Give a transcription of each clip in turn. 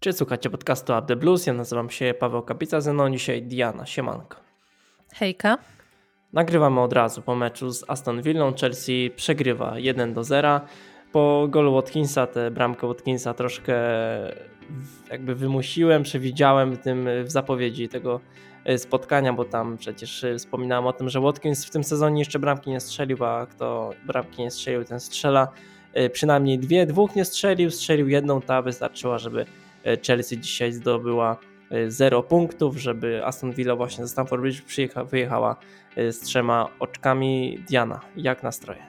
Czy słuchacie podcastu Up The Blues? Ja nazywam się Paweł Kapica, ze mną dzisiaj Diana. Siemanko. Hejka. Nagrywamy od razu po meczu z Aston Villą. Chelsea przegrywa 1-0. Po golu Watkinsa, tę bramkę Watkinsa troszkę jakby wymusiłem, przewidziałem w zapowiedzi tego spotkania, bo tam przecież wspominałem o tym, że Watkins w tym sezonie jeszcze bramki nie strzelił, a kto bramki nie strzelił, ten strzela przynajmniej dwóch nie strzelił jedną, ta wystarczyła, żeby Chelsea dzisiaj zdobyła 0 punktów, żeby Aston Villa właśnie ze Stamford Bridge wyjechała z 3 oczkami. Diana, jak nastroje?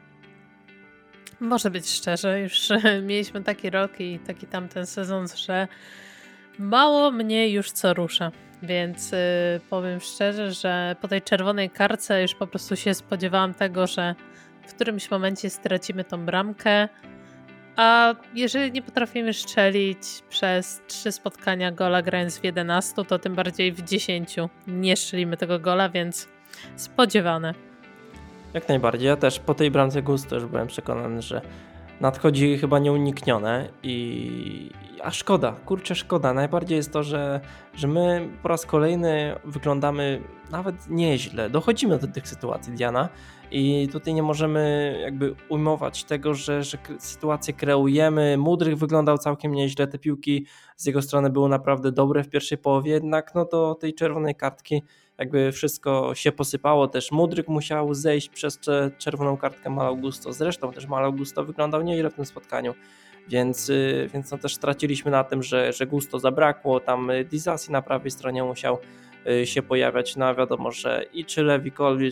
Może być szczerze, już mieliśmy taki rok i taki tamten sezon, że mało mnie już co rusza, więc powiem szczerze, że po tej czerwonej kartce już po prostu się spodziewałam tego, że w którymś momencie stracimy tą bramkę, a jeżeli nie potrafimy strzelić przez 3 spotkania gola grając w 11, to tym bardziej w 10 nie strzelimy tego gola, więc spodziewane. Jak najbardziej, ja też po tej bramce Gusto już byłem przekonany, że nadchodzi chyba nieuniknione a szkoda, kurczę szkoda. Najbardziej jest to, że my po raz kolejny wyglądamy nawet nieźle. Dochodzimy do tych sytuacji, Diana, i tutaj nie możemy jakby ujmować tego, że sytuację kreujemy. Mudryk wyglądał całkiem nieźle, te piłki z jego strony były naprawdę dobre w pierwszej połowie, jednak no do tej czerwonej kartki jakby wszystko się posypało, też Mudryk musiał zejść przez czerwoną kartkę Malo Gusto, zresztą też Malo Gusto wyglądał nieźle w tym spotkaniu, więc no też straciliśmy na tym, że Gusto zabrakło, tam Disasi na prawej stronie musiał się pojawiać, no wiadomo, że i czy Levi Colwill,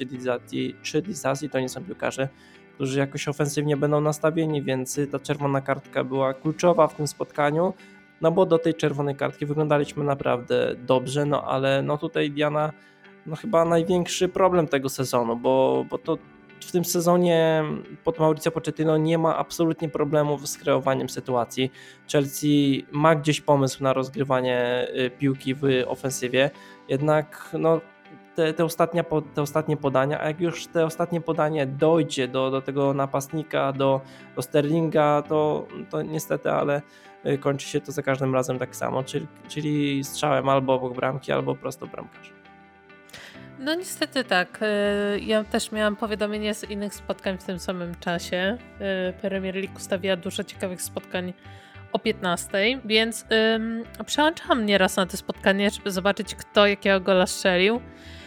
czy Disasi to nie są piłkarze, którzy jakoś ofensywnie będą nastawieni, więc ta czerwona kartka była kluczowa w tym spotkaniu. No bo do tej czerwonej kartki wyglądaliśmy naprawdę dobrze, no ale no tutaj Diana, no chyba największy problem tego sezonu, bo to w tym sezonie pod Mauricio Pochettino nie ma absolutnie problemów z kreowaniem sytuacji. Chelsea ma gdzieś pomysł na rozgrywanie piłki w ofensywie, jednak no te ostatnie podania, a jak już te ostatnie podanie dojdzie do tego napastnika, do Sterlinga, to niestety, ale kończy się to za każdym razem tak samo, czyli strzałem albo obok bramki, albo prosto bramkarza. No niestety tak. Ja też miałam powiadomienie z innych spotkań w tym samym czasie. Premier League ustawiła dużo ciekawych spotkań o 15, więc przełączałam nieraz na te spotkanie, żeby zobaczyć, kto jakiego gola strzelił.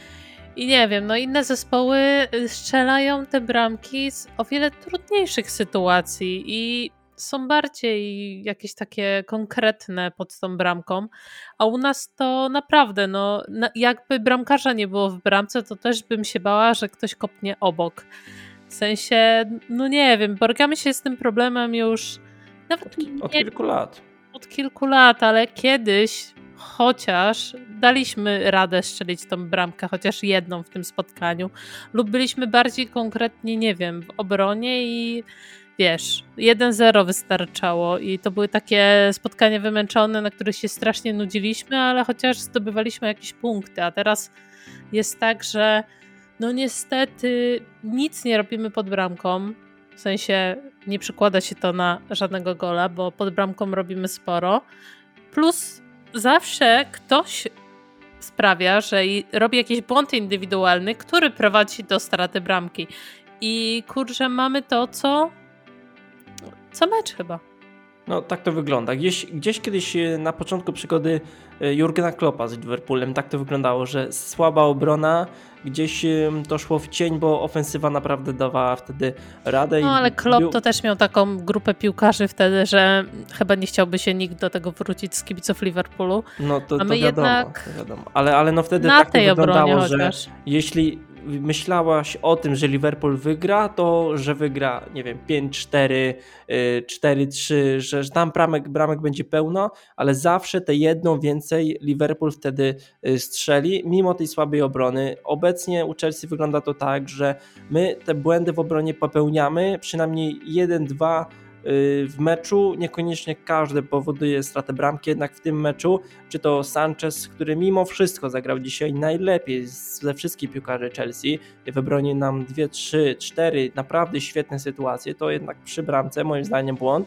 I nie wiem, no inne zespoły strzelają te bramki z o wiele trudniejszych sytuacji i są bardziej jakieś takie konkretne pod tą bramką, a u nas to naprawdę, no jakby bramkarza nie było w bramce, to też bym się bała, że ktoś kopnie obok. W sensie, no nie wiem, borykamy się z tym problemem już nawet od kilku lat. Od kilku lat, ale kiedyś chociaż daliśmy radę strzelić tą bramkę, chociaż jedną w tym spotkaniu, lub byliśmy bardziej konkretni, nie wiem, w obronie i wiesz, 1-0 wystarczało i to były takie spotkania wymęczone, na których się strasznie nudziliśmy, ale chociaż zdobywaliśmy jakieś punkty, a teraz jest tak, że no niestety nic nie robimy pod bramką, w sensie nie przykłada się to na żadnego gola, bo pod bramką robimy sporo, plus zawsze ktoś sprawia, że robi jakiś błąd indywidualny, który prowadzi do straty bramki i kurczę, mamy to co mecz chyba. No tak to wygląda. Gdzieś kiedyś na początku przygody Jurgena Kloppa z Liverpoolem tak to wyglądało, że słaba obrona, gdzieś to szło w cień, bo ofensywa naprawdę dawała wtedy radę. No ale Klopp to też miał taką grupę piłkarzy wtedy, że chyba nie chciałby się nikt do tego wrócić z kibiców Liverpoolu. No to my wiadomo, jednak to wiadomo. Ale no wtedy na tak to tej wyglądało, obronie że chociaż. jeśli myślałaś o tym, że Liverpool wygra, to że wygra, nie wiem, 5-4, 4-3, że tam bramek będzie pełno, ale zawsze te jedną więcej Liverpool wtedy strzeli, mimo tej słabej obrony. Obecnie u Chelsea wygląda to tak, że my te błędy w obronie popełniamy, przynajmniej 1-2 w meczu, niekoniecznie każdy powoduje stratę bramki, jednak w tym meczu, czy to Sanchez, który mimo wszystko zagrał dzisiaj najlepiej ze wszystkich piłkarzy Chelsea, wybronił nam 2, 3, 4 naprawdę świetne sytuacje, to jednak przy bramce moim zdaniem błąd.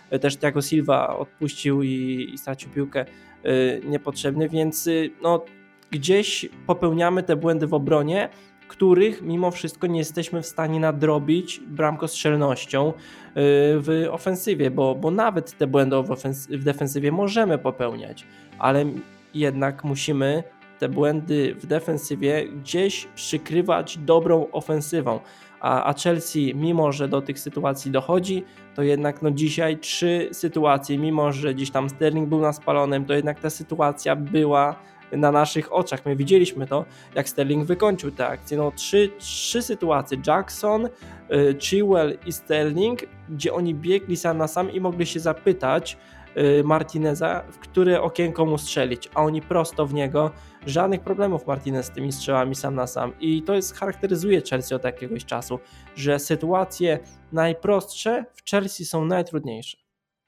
też Thiago Silva odpuścił i stracił piłkę niepotrzebnie, więc no, gdzieś popełniamy te błędy w obronie, których mimo wszystko nie jesteśmy w stanie nadrobić bramkostrzelnością w ofensywie, bo nawet te błędy w defensywie możemy popełniać, ale jednak musimy te błędy w defensywie gdzieś przykrywać dobrą ofensywą, a Chelsea, mimo że do tych sytuacji dochodzi, to jednak no dzisiaj 3 sytuacje, mimo że gdzieś tam Sterling był na spalonym, to jednak ta sytuacja była na naszych oczach. My widzieliśmy to, jak Sterling wykończył tę akcję. No, trzy sytuacje. Jackson, Chilwell i Sterling, gdzie oni biegli sam na sam i mogli się zapytać Martineza, w które okienko mu strzelić, a oni prosto w niego. Żadnych problemów Martinez z tymi strzałami sam na sam. I to charakteryzuje Chelsea od jakiegoś czasu, że sytuacje najprostsze w Chelsea są najtrudniejsze.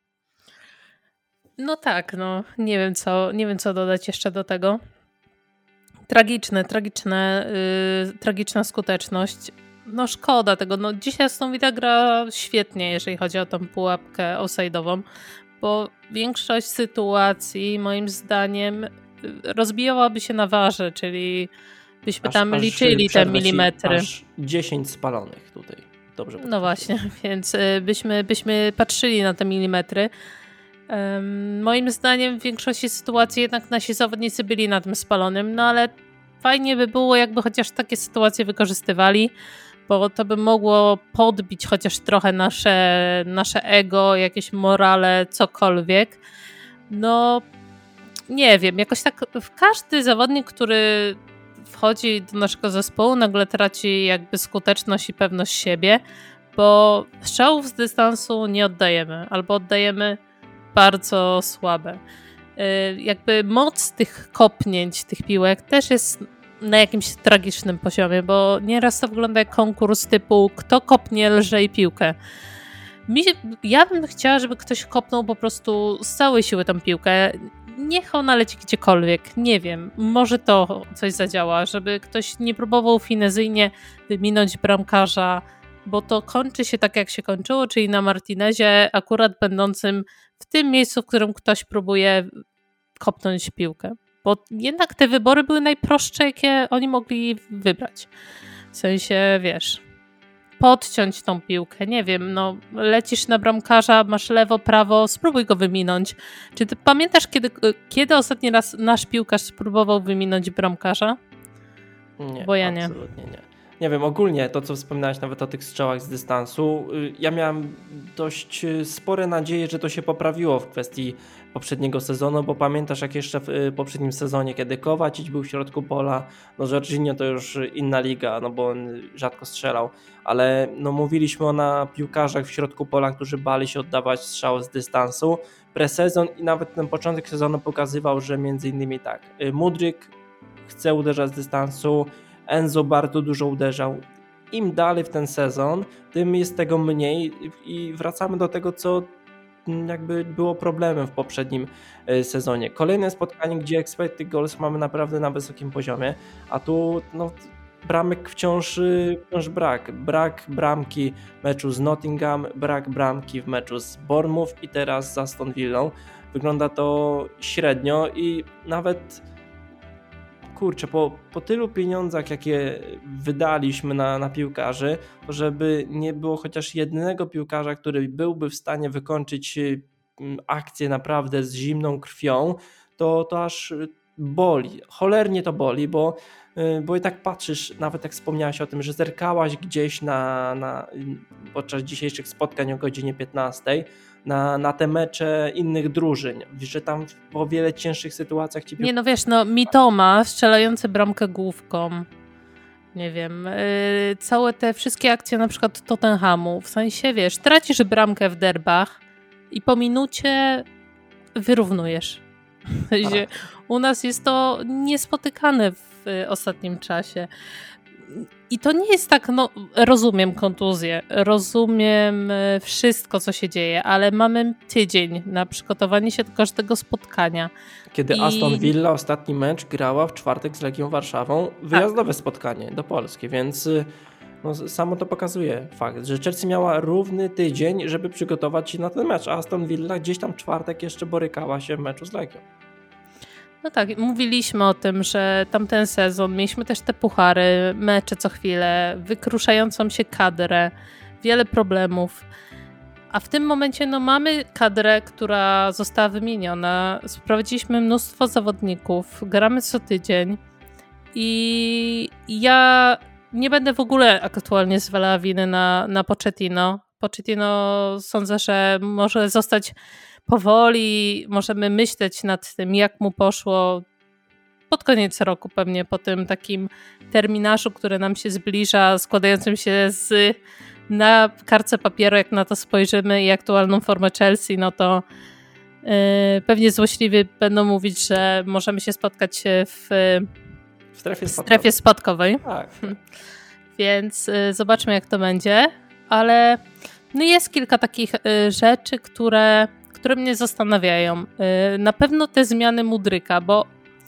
No tak, no nie wiem co dodać jeszcze do tego. Tragiczna skuteczność. No szkoda tego. No dzisiaj Aston Villa gra świetnie, jeżeli chodzi o tą pułapkę offside'ową, bo większość sytuacji moim zdaniem rozbijałaby się na warze, czyli byśmy tam liczyli te milimetry. Aż 10 spalonych tutaj. Dobrze. No właśnie, więc byśmy patrzyli na te milimetry. Moim zdaniem w większości sytuacji jednak nasi zawodnicy byli na tym spalonym, no ale fajnie by było, jakby chociaż takie sytuacje wykorzystywali, bo to by mogło podbić chociaż trochę nasze ego, jakieś morale, cokolwiek. No nie wiem, jakoś tak każdy zawodnik, który wchodzi do naszego zespołu, nagle traci jakby skuteczność i pewność siebie, bo strzałów z dystansu nie oddajemy, albo oddajemy bardzo słabe. Jakby moc tych kopnięć, tych piłek też jest na jakimś tragicznym poziomie, bo nieraz to wygląda jak konkurs typu kto kopnie lżej piłkę. Ja bym chciała, żeby ktoś kopnął po prostu z całej siły tą piłkę. Niech ona leci gdziekolwiek, nie wiem, może to coś zadziała, żeby ktoś nie próbował finezyjnie wyminąć bramkarza, bo to kończy się tak, jak się kończyło, czyli na Martinezie, akurat będącym w tym miejscu, w którym ktoś próbuje kopnąć piłkę. Bo jednak te wybory były najprostsze, jakie oni mogli wybrać. W sensie, wiesz, podciąć tą piłkę, nie wiem, no lecisz na bramkarza, masz lewo, prawo, spróbuj go wyminąć. Czy ty pamiętasz, kiedy ostatni raz nasz piłkarz spróbował wyminąć bramkarza? Nie, bo ja absolutnie nie. Nie wiem, ogólnie to, co wspominałeś nawet o tych strzałach z dystansu, ja miałem dość spore nadzieje, że to się poprawiło w kwestii poprzedniego sezonu, bo pamiętasz, jak jeszcze w poprzednim sezonie, kiedy Kovacic był w środku pola, no Jorginho to już inna liga, no bo on rzadko strzelał, ale no mówiliśmy na piłkarzach w środku pola, którzy bali się oddawać strzał z dystansu. Presezon i nawet ten początek sezonu pokazywał, że między innymi tak, Mudryk chce uderzać z dystansu, Enzo bardzo dużo uderzał. Im dalej w ten sezon, tym jest tego mniej i wracamy do tego, co jakby było problemem w poprzednim sezonie. Kolejne spotkanie, gdzie expected goals mamy naprawdę na wysokim poziomie, a tu no, bramek wciąż brak. Brak bramki w meczu z Nottingham, brak bramki w meczu z Bournemouth i teraz z Aston Villą. Wygląda to średnio i nawet kurczę, po tylu pieniądzach, jakie wydaliśmy na piłkarzy, to żeby nie było chociaż jednego piłkarza, który byłby w stanie wykończyć akcję naprawdę z zimną krwią, to aż boli. Cholernie to boli, bo i tak patrzysz, nawet jak wspomniałaś o tym, że zerkałaś gdzieś podczas dzisiejszych spotkań o godzinie 15 na te mecze innych drużyn, że tam po wiele cięższych sytuacjach ci... Nie no wiesz, no Mitoma strzelający bramkę główką, nie wiem, całe te wszystkie akcje na przykład Tottenhamu, w sensie wiesz, tracisz bramkę w derbach i po minucie wyrównujesz. W sensie, u nas jest to niespotykane w ostatnim czasie. I to nie jest tak, no rozumiem kontuzję, rozumiem wszystko, co się dzieje, ale mamy tydzień na przygotowanie się do każdego spotkania. Kiedy Aston Villa ostatni mecz grała w czwartek z Legią Warszawą, wyjazdowe spotkanie do Polski, więc No, samo to pokazuje fakt, że Chelsea miała równy tydzień, żeby przygotować się na ten mecz, a Aston Villa gdzieś tam w czwartek jeszcze borykała się w meczu z Legią. No tak, mówiliśmy o tym, że tamten sezon mieliśmy też te puchary, mecze co chwilę, wykruszającą się kadrę, wiele problemów. A w tym momencie mamy kadrę, która została wymieniona. Sprowadziliśmy mnóstwo zawodników, gramy co tydzień i ja nie będę w ogóle aktualnie zwalała winy na Pochettino. Pochettino sądzę, że może zostać powoli, możemy myśleć nad tym, jak mu poszło pod koniec roku pewnie, po tym takim terminarzu, który nam się zbliża, składającym się na kartce papieru, jak na to spojrzymy i aktualną formę Chelsea, no to pewnie złośliwi będą mówić, że możemy się spotkać w strefie spadkowej. Tak. Więc zobaczmy, jak to będzie, ale no jest kilka takich rzeczy, które mnie zastanawiają. Na pewno te zmiany Mudryka, bo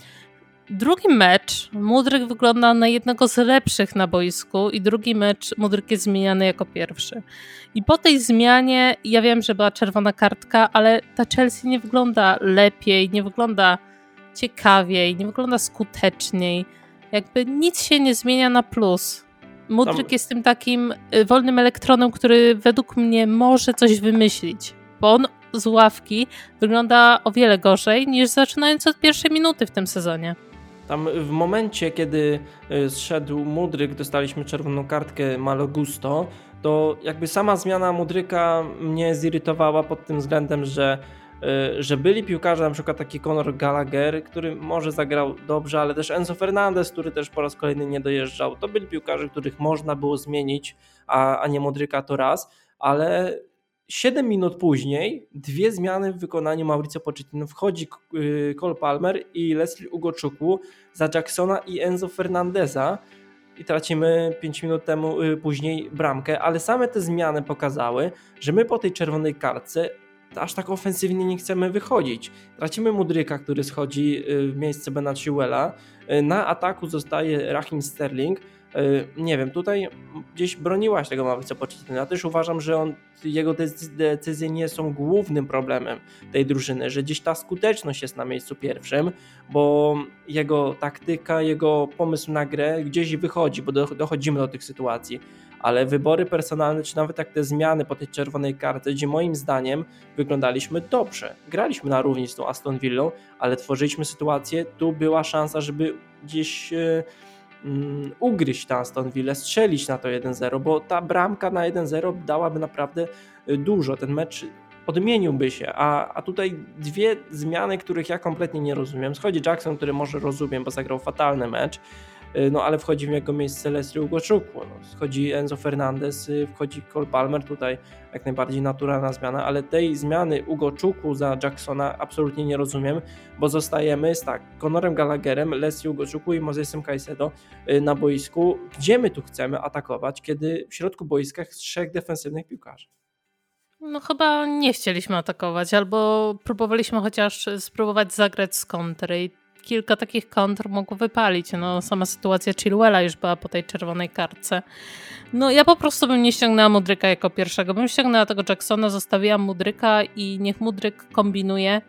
drugi mecz Mudryk wygląda na jednego z lepszych na boisku i drugi mecz Mudryk jest zmieniany jako pierwszy. I po tej zmianie, ja wiem, że była czerwona kartka, ale ta Chelsea nie wygląda lepiej, nie wygląda ciekawiej, nie wygląda skuteczniej. Jakby nic się nie zmienia na plus. Mudryk jest tym takim wolnym elektronem, który według mnie może coś wymyślić, bo on z ławki wygląda o wiele gorzej niż zaczynając od pierwszej minuty w tym sezonie. Tam w momencie, kiedy zszedł Mudryk, dostaliśmy czerwoną kartkę Malo Gusto, to jakby sama zmiana Mudryka mnie zirytowała pod tym względem, że byli piłkarze, na przykład taki Conor Gallagher, który może zagrał dobrze, ale też Enzo Fernandez, który też po raz kolejny nie dojeżdżał. To byli piłkarze, których można było zmienić, a nie Mudryka to raz, ale 7 minut później 2 zmiany w wykonaniu Mauricio Pochettino. Wchodzi Cole Palmer i Leslie Ugochukwu za Jacksona i Enzo Fernandeza i tracimy 5 minut później bramkę, ale same te zmiany pokazały, że my po tej czerwonej kartce aż tak ofensywnie nie chcemy wychodzić. Tracimy Mudryka, który schodzi w miejsce Bena Chilwella. Na ataku zostaje Raheem Sterling. Nie wiem, tutaj gdzieś broniłaś tego Mauricio Pochettino. Ja też uważam, że jego decyzje nie są głównym problemem tej drużyny, że gdzieś ta skuteczność jest na miejscu pierwszym, bo jego taktyka, jego pomysł na grę gdzieś wychodzi, bo dochodzimy do tych sytuacji. Ale wybory personalne, czy nawet jak te zmiany po tej czerwonej kartce, gdzie moim zdaniem wyglądaliśmy dobrze. Graliśmy na równi z tą Aston Villą, ale tworzyliśmy sytuację, tu była szansa, żeby gdzieś ugryźć tę Aston Villę, strzelić na to 1-0, bo ta bramka na 1-0 dałaby naprawdę dużo. Ten mecz odmieniłby się, a tutaj 2 zmiany, których ja kompletnie nie rozumiem. Schodzi Jackson, który może rozumiem, bo zagrał fatalny mecz, no ale wchodzi w jego miejsce Leslie Ugochukwu, schodzi Enzo Fernandez, wchodzi Cole Palmer, tutaj jak najbardziej naturalna zmiana, ale tej zmiany Ugochukwu za Jacksona absolutnie nie rozumiem, bo zostajemy z Conorem Gallagherem, Leslie Ugochukwu i Mosesem Caicedo na boisku. Gdzie my tu chcemy atakować, kiedy w środku boiska jest 3 defensywnych piłkarzy? No chyba nie chcieliśmy atakować, albo próbowaliśmy chociaż spróbować zagrać z kontry i kilka takich kontr mogło wypalić. No sama sytuacja Chilwella już była po tej czerwonej kartce. No ja po prostu bym nie ściągnęła Mudryka jako pierwszego, bym ściągnęła tego Jacksona, zostawiła Mudryka i niech Mudryk kombinuje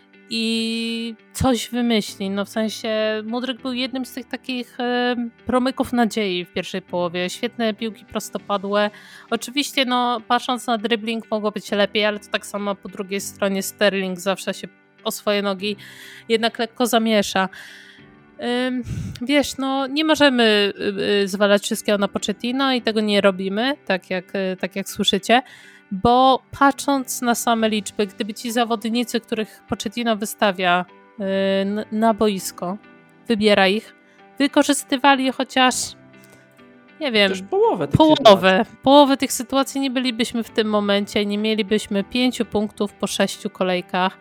i coś wymyśli. No w sensie Mudryk był jednym z tych takich promyków nadziei w pierwszej połowie. Świetne piłki prostopadłe. Oczywiście no patrząc na dribbling mogło być lepiej, ale to tak samo po drugiej stronie Sterling zawsze się o swoje nogi jednak lekko zamiesza. Wiesz, no nie możemy zwalać wszystkiego na Pochettino i tego nie robimy, tak jak słyszycie, bo patrząc na same liczby, gdyby ci zawodnicy, których Pochettino wystawia na boisko, wybiera ich, wykorzystywali chociaż nie wiem, połowę tych sytuacji, nie bylibyśmy w tym momencie, nie mielibyśmy 5 punktów po 6 kolejkach.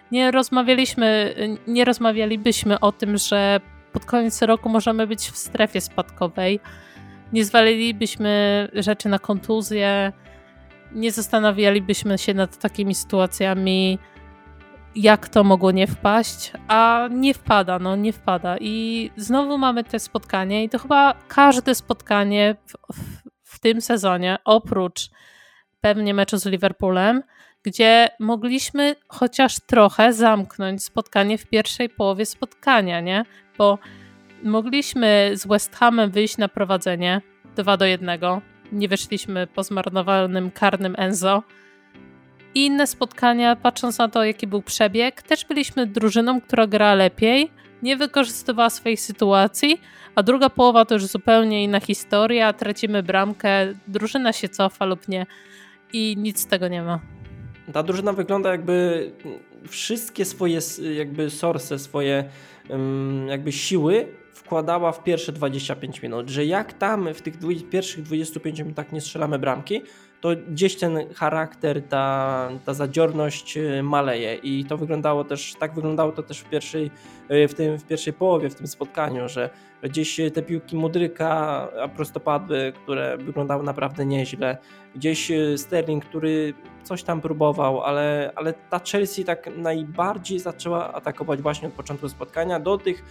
Nie rozmawialibyśmy o tym, że pod koniec roku możemy być w strefie spadkowej. Nie zwalilibyśmy rzeczy na kontuzję. Nie zastanawialibyśmy się nad takimi sytuacjami, jak to mogło nie wpaść, a nie wpada. I znowu mamy te spotkanie i to chyba każde spotkanie w tym sezonie, oprócz pewnie meczu z Liverpoolem, gdzie mogliśmy chociaż trochę zamknąć spotkanie w pierwszej połowie spotkania, nie? Bo mogliśmy z West Hamem wyjść na prowadzenie 2-1. Nie wyszliśmy po zmarnowanym karnym Enzo. I inne spotkania, patrząc na to, jaki był przebieg, też byliśmy drużyną, która gra lepiej, nie wykorzystywała swoich sytuacji, a druga połowa to już zupełnie inna historia, tracimy bramkę, drużyna się cofa lub nie i nic z tego nie ma. Ta drużyna wygląda jakby wszystkie swoje jakby source, swoje jakby siły wkładała w pierwsze 25 minut, że jak tam w tych pierwszych 25 minutach nie strzelamy bramki, to gdzieś ten charakter, ta zadziorność maleje i to wyglądało też, tak wyglądało to też w pierwszej połowie, w tym spotkaniu, że gdzieś te piłki Mudryka prostopadłe, które wyglądały naprawdę nieźle, gdzieś Sterling, który coś tam próbował, ale ta Chelsea tak najbardziej zaczęła atakować właśnie od początku spotkania do tych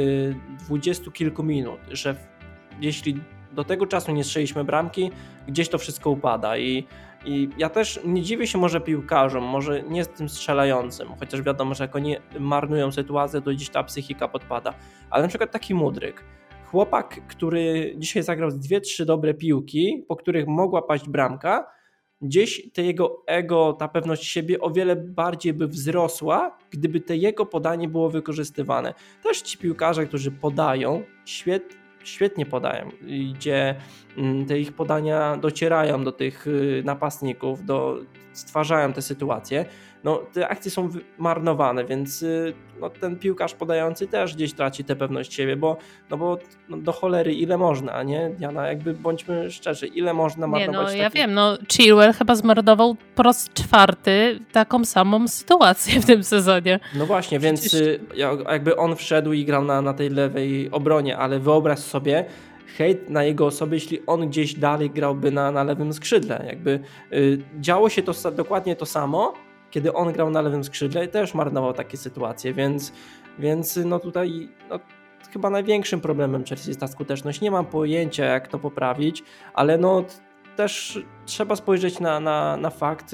20 kilku minut, że jeśli do tego czasu nie strzeliśmy bramki, gdzieś to wszystko upada i ja też nie dziwię się może piłkarzom, może nie z tym strzelającym, chociaż wiadomo, że jak oni marnują sytuację, to gdzieś ta psychika podpada, ale na przykład taki Mudryk, chłopak, który dzisiaj zagrał 2-3 dobre piłki, po których mogła paść bramka, gdzieś te jego ego, ta pewność siebie o wiele bardziej by wzrosła, gdyby te jego podanie było wykorzystywane. Też ci piłkarze, którzy podają, świetnie podają, gdzie te ich podania docierają do tych napastników, stwarzają te sytuacje, no te akcje są marnowane, więc no, ten piłkarz podający też gdzieś traci tę pewność siebie, bo do cholery ile można, nie? Diana, jakby bądźmy szczerzy, ile można marnować. Ja wiem, Chilwell chyba zmarnował po raz 4 taką samą sytuację w tym sezonie. No właśnie, więc jakby on wszedł i grał na tej lewej obronie, ale wyobraź sobie hejt na jego osobę, jeśli on gdzieś dalej grałby na lewym skrzydle. Jakby działo się to dokładnie to samo, kiedy on grał na lewym skrzydle i też marnował takie sytuacje, więc no tutaj chyba największym problemem Chelsea jest ta skuteczność. Nie mam pojęcia, jak to poprawić, ale też trzeba spojrzeć na fakt,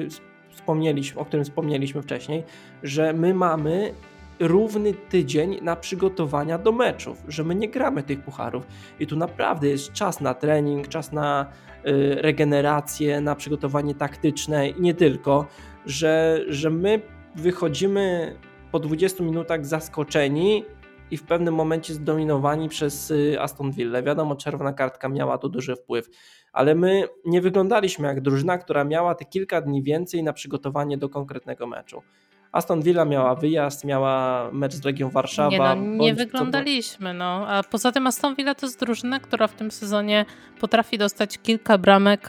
o którym wspomnieliśmy wcześniej, że my mamy równy tydzień na przygotowania do meczów, że my nie gramy tych pucharów i tu naprawdę jest czas na trening, czas na regenerację, na przygotowanie taktyczne i nie tylko, że my wychodzimy po 20 minutach zaskoczeni i w pewnym momencie zdominowani przez Aston Villa. Wiadomo, czerwona kartka miała tu duży wpływ, ale my nie wyglądaliśmy jak drużyna, która miała te kilka dni więcej na przygotowanie do konkretnego meczu. Aston Villa miała wyjazd, miała mecz z Legią Warszawa. Nie wyglądaliśmy, a poza tym Aston Villa to jest drużyna, która w tym sezonie potrafi dostać kilka bramek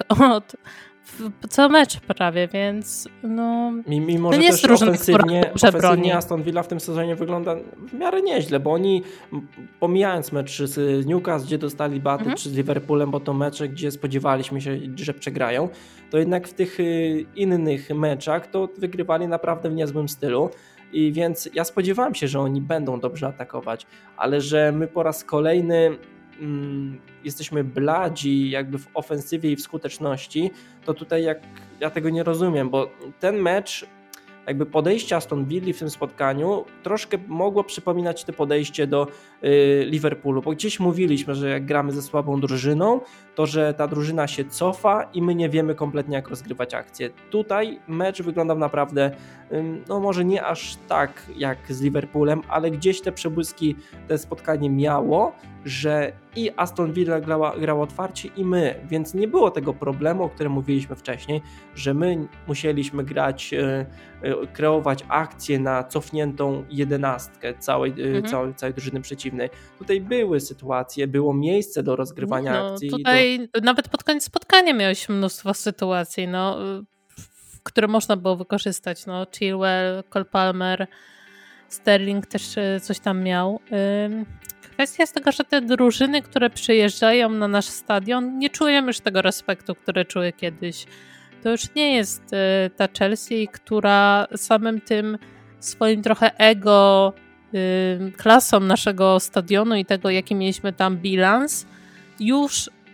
co mecz prawie, więc mimo, że nie jest drużyna, ofensywnie Aston Villa w tym sezonie wygląda w miarę nieźle, bo oni, pomijając mecz z Newcastle, gdzie dostali baty, czy z Liverpoolem, bo to mecze, gdzie spodziewaliśmy się, że przegrają, to jednak w tych innych meczach to wygrywali naprawdę w niezłym stylu. I więc ja spodziewałem się, że oni będą dobrze atakować, ale że my po raz kolejny jesteśmy bladzi jakby w ofensywie i w skuteczności, to tutaj ja tego nie rozumiem, bo ten mecz, jakby podejście Aston Villa w tym spotkaniu troszkę mogło przypominać to podejście do Liverpoolu, bo gdzieś mówiliśmy, że jak gramy ze słabą drużyną, to że ta drużyna się cofa i my nie wiemy kompletnie jak rozgrywać akcje. Tutaj mecz wyglądał naprawdę, może nie aż tak jak z Liverpoolem, ale gdzieś te przebłyski te spotkanie miało, że i Aston Villa grała otwarcie i my, więc nie było tego problemu, o którym mówiliśmy wcześniej, że my musieliśmy grać, kreować akcję na cofniętą 11 całej drużyny przeciwnej. Tutaj były sytuacje, było miejsce do rozgrywania akcji. Tutaj nawet pod koniec spotkania miałeś mnóstwo sytuacji, które można było wykorzystać. Chilwell, Cole Palmer, Sterling też coś tam miał. Kwestia jest taka, że te drużyny, które przyjeżdżają na nasz stadion, nie czują już tego respektu, który czuły kiedyś. To już nie jest ta Chelsea, która samym tym swoim trochę ego, klasą naszego stadionu i tego, jaki mieliśmy tam bilans, już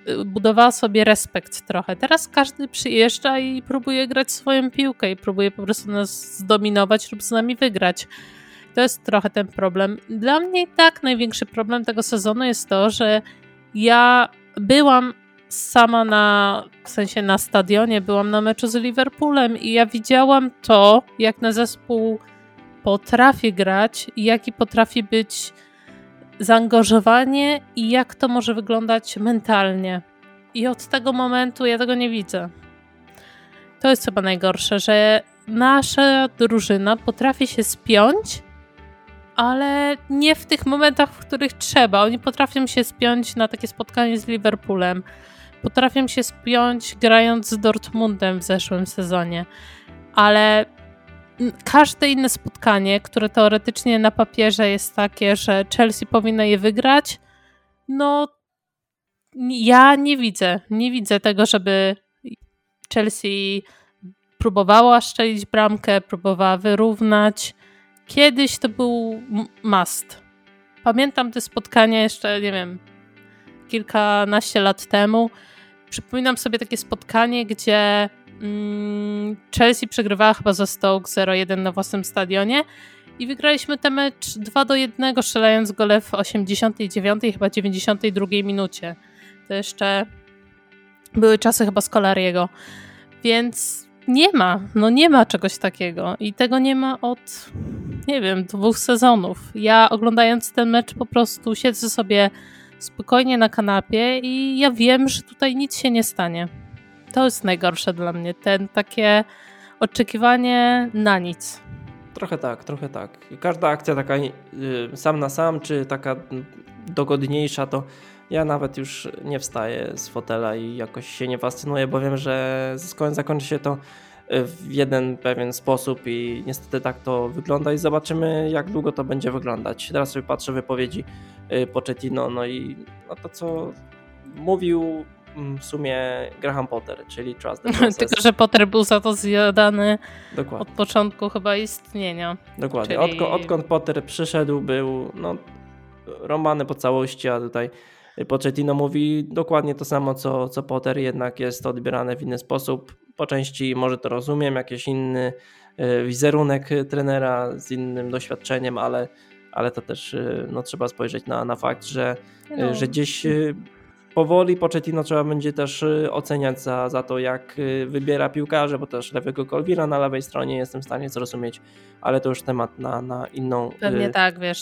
budowała sobie respekt trochę. Teraz każdy przyjeżdża i próbuje grać swoją piłkę i próbuje po prostu nas zdominować lub z nami wygrać. To jest trochę ten problem. Dla mnie i tak największy problem tego sezonu jest to, że ja byłam sama na stadionie, byłam na meczu z Liverpoolem i ja widziałam to, jak na zespół potrafi grać i jaki potrafi być zaangażowanie i jak to może wyglądać mentalnie. I od tego momentu ja tego nie widzę. To jest chyba najgorsze, że nasza drużyna potrafi się spiąć, ale nie w tych momentach, w których trzeba. Oni potrafią się spiąć na takie spotkanie z Liverpoolem. Potrafią się spiąć grając z Dortmundem w zeszłym sezonie. Ale każde inne spotkanie, które teoretycznie na papierze jest takie, że Chelsea powinna je wygrać, no ja nie widzę tego, żeby Chelsea próbowała strzelić bramkę, próbowała wyrównać. Kiedyś to był must. Pamiętam te spotkania jeszcze, nie wiem, kilkanaście lat temu. Przypominam sobie takie spotkanie, gdzie Chelsea przegrywała chyba ze Stoke 0-1 na własnym stadionie i wygraliśmy ten mecz 2-1, strzelając gole w 89 i chyba 92 minucie. To jeszcze były czasy chyba Scolariego. Więc nie ma czegoś takiego i tego nie ma od, nie wiem, 2 sezonów. Ja oglądając ten mecz po prostu siedzę sobie spokojnie na kanapie i ja wiem, że tutaj nic się nie stanie. To jest najgorsze dla mnie, takie oczekiwanie na nic. Trochę tak. I każda akcja taka sam na sam, czy taka dogodniejsza, to ja nawet już nie wstaję z fotela i jakoś się nie fascynuję, bo wiem, że zakończy się to w jeden pewien sposób i niestety tak to wygląda i zobaczymy, jak długo to będzie wyglądać. Teraz sobie patrzę wypowiedzi Pochettino, no i to, co mówił w sumie Graham Potter, czyli Trust the Process. Tylko, że Potter był za to zjadany od początku chyba istnienia. Dokładnie. Czyli... Odkąd Potter przyszedł, był rąbany po całości, a tutaj Pochettino mówi dokładnie to samo, co Potter, jednak jest to odbierane w inny sposób. Po części może to rozumiem, jakiś inny wizerunek trenera z innym doświadczeniem, ale to też trzeba spojrzeć na fakt, że gdzieś powoli Pochettino trzeba będzie też oceniać za to, jak wybiera piłkarzy, bo też lewego Colwilla na lewej stronie jestem w stanie zrozumieć, ale to już temat na inną... Pewnie tak, wiesz,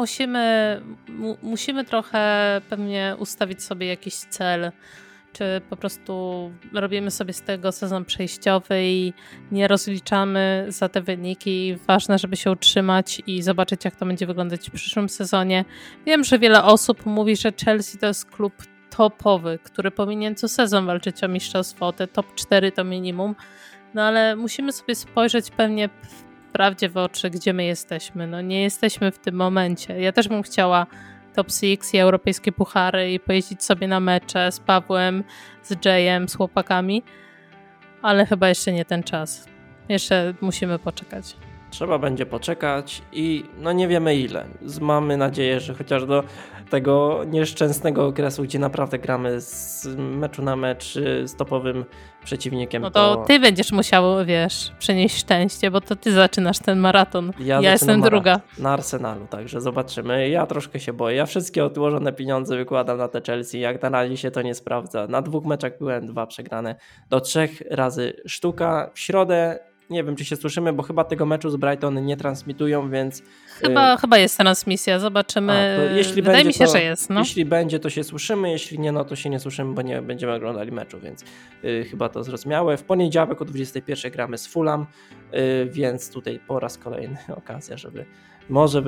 musimy trochę pewnie ustawić sobie jakiś cel, czy po prostu robimy sobie z tego sezon przejściowy i nie rozliczamy za te wyniki. Ważne, żeby się utrzymać i zobaczyć, jak to będzie wyglądać w przyszłym sezonie. Wiem, że wiele osób mówi, że Chelsea to jest klub topowy, który powinien co sezon walczyć o mistrzostwo, te top 4 to minimum, ale musimy sobie spojrzeć pewnie prawdzie w oczy, gdzie my jesteśmy. Nie jesteśmy w tym momencie. Ja też bym chciała top 6 i europejskie puchary i pojeździć sobie na mecze z Pawłem, z Jayem, z chłopakami, ale chyba jeszcze nie ten czas. Jeszcze musimy poczekać. Trzeba będzie poczekać i nie wiemy ile. Mamy nadzieję, że chociaż do tego nieszczęsnego okresu, gdzie naprawdę gramy z meczu na mecz z topowym przeciwnikiem. To ty będziesz musiał, przynieść szczęście, bo to ty zaczynasz ten maraton. Ja jestem druga. Na Arsenalu, także zobaczymy. Ja troszkę się boję. Ja wszystkie odłożone pieniądze wykładam na te Chelsea. Jak na razie się to nie sprawdza. Na 2 meczach byłem 2 przegrane. Do 3 razy sztuka. W środę nie wiem, czy się słyszymy, bo chyba tego meczu z Brighton nie transmitują, więc... Chyba jest transmisja, zobaczymy. Wydaje mi się, że jest. Jeśli będzie, to się słyszymy, jeśli nie, to się nie słyszymy, bo nie będziemy oglądali meczu, więc chyba to zrozumiałe. W poniedziałek o 21 gramy z Fulham, więc tutaj po raz kolejny okazja, żeby może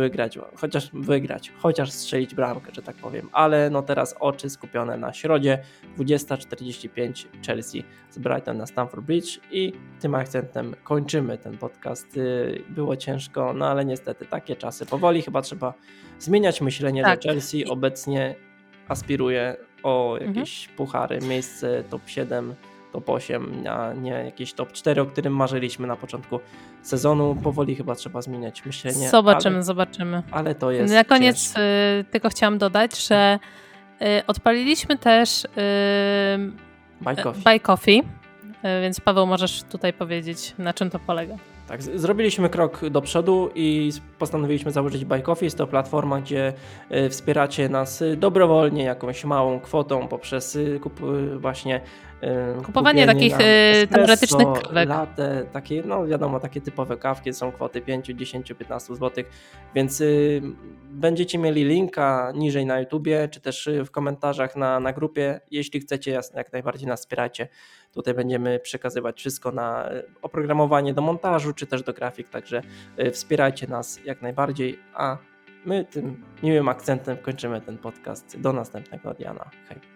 chociaż strzelić bramkę, że tak powiem, ale teraz oczy skupione na środzie, 20:45 Chelsea z Brighton na Stamford Bridge i tym akcentem kończymy ten podcast. Było ciężko, ale niestety takie czasy. Powoli chyba trzeba zmieniać myślenie, że Chelsea obecnie aspiruje o jakieś puchary, miejsce top 7, top 8, a nie jakieś top 4, o którym marzyliśmy na początku sezonu. Powoli chyba trzeba zmieniać myślenie. Zobaczymy. Ale to jest na koniec tylko chciałam dodać, że Odpaliliśmy też Buy Coffee, więc Paweł, możesz tutaj powiedzieć, na czym to polega. Tak, zrobiliśmy krok do przodu i postanowiliśmy założyć Buy Coffee. Jest to platforma, gdzie wspieracie nas dobrowolnie jakąś małą kwotą poprzez właśnie kupowanie takich teoretycznych kawek. Latte, takie, no wiadomo, takie typowe kawki, są kwoty 5, 10, 15 zł, więc będziecie mieli linka niżej na YouTubie, czy też w komentarzach na grupie. Jeśli chcecie, jak najbardziej nas wspierajcie. Tutaj będziemy przekazywać wszystko na oprogramowanie do montażu, czy też do grafik, także wspierajcie nas jak najbardziej, a my tym miłym akcentem kończymy ten podcast. Do następnego dnia. Hej.